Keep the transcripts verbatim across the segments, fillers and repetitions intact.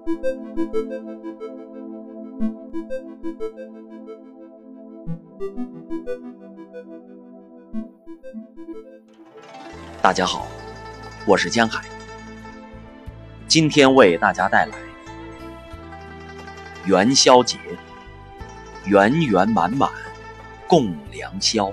大家好，我是江海，今天为大家带来元宵节，圆圆满满共良宵。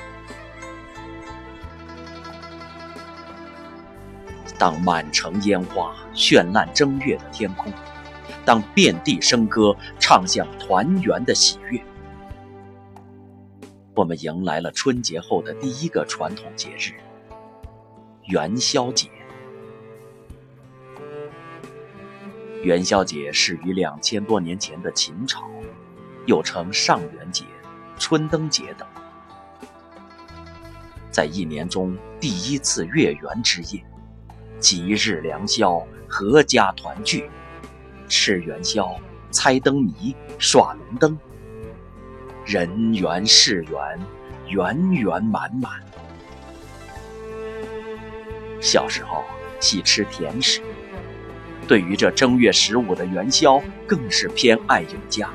当满城烟花绚烂正月的天空，当遍地笙歌唱响团圆的喜悦，我们迎来了春节后的第一个传统节日元宵节。元宵节始于两千多年前的秦朝，又称上元节、春灯节等。在一年中第一次月圆之夜，吉日良宵，阖家团聚，吃元宵，猜灯谜，耍龙灯，人圆事圆，圆圆满满。小时候喜吃甜食，对于这正月十五的元宵更是偏爱有加。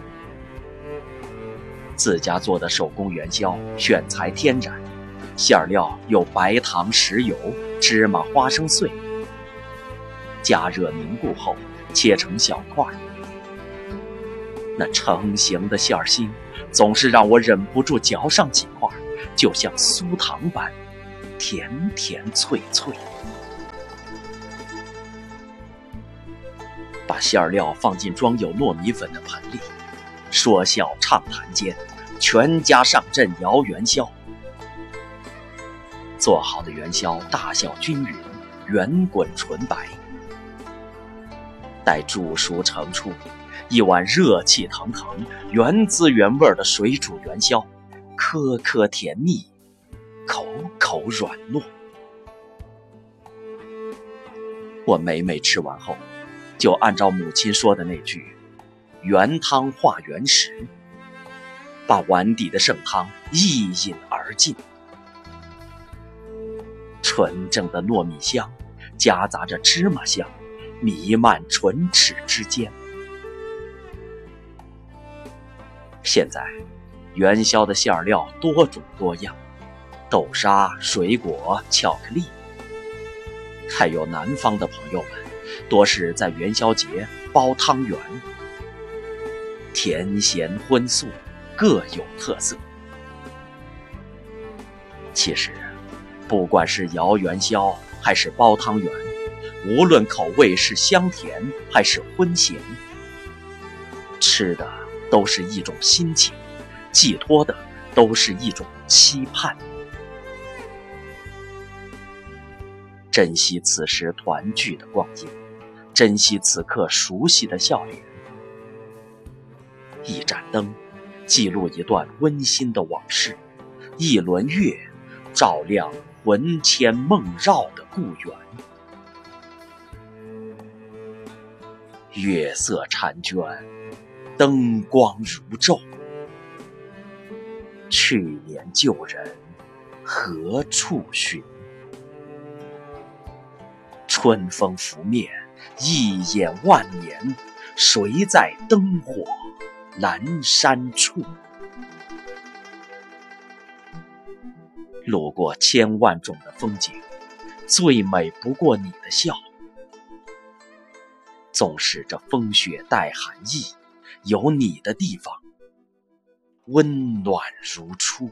自家做的手工元宵选材天然，馅料有白糖、石油、芝麻、花生碎，加热凝固后切成小块。那成型的馅心总是让我忍不住嚼上几块，就像酥糖般甜甜脆脆。把馅料放进装有糯米粉的盆里，说笑畅谈间，全家上阵摇元宵。做好的元宵大小均匀，圆滚纯白。待煮熟盛出，一碗热气腾腾、原汁原味的水煮元宵，颗颗甜蜜，口口软糯。我每每吃完后，就按照母亲说的那句原汤化原食，把碗底的剩汤一饮而尽。纯正的糯米香夹杂着芝麻香，弥漫唇齿之间。现在元宵的馅料多种多样，豆沙、水果、巧克力。还有南方的朋友们多是在元宵节包汤圆，甜咸荤素各有特色。其实不管是摇元宵还是包汤圆，无论口味是香甜还是荤咸，吃的都是一种心情，寄托的都是一种期盼。珍惜此时团聚的光阴，珍惜此刻熟悉的笑脸。一盏灯记录一段温馨的往事，一轮月照亮魂牵梦绕的故园。月色婵娟，灯光如昼，去年旧人何处寻？春风拂面，一眼万年，谁在灯火阑珊处？路过千万种的风景，最美不过你的笑。纵使这风雪带寒意，有你的地方温暖如初。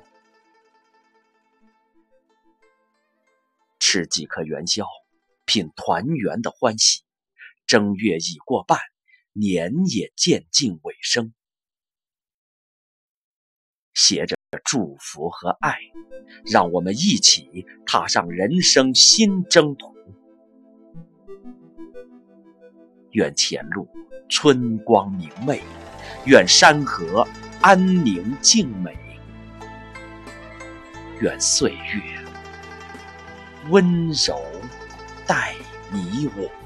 吃几颗元宵，品团圆的欢喜。正月已过半，年也渐近尾声。携着祝福和爱，让我们一起踏上人生新征途。愿前路春光明媚，愿山河安宁静美，愿岁月温柔待你我。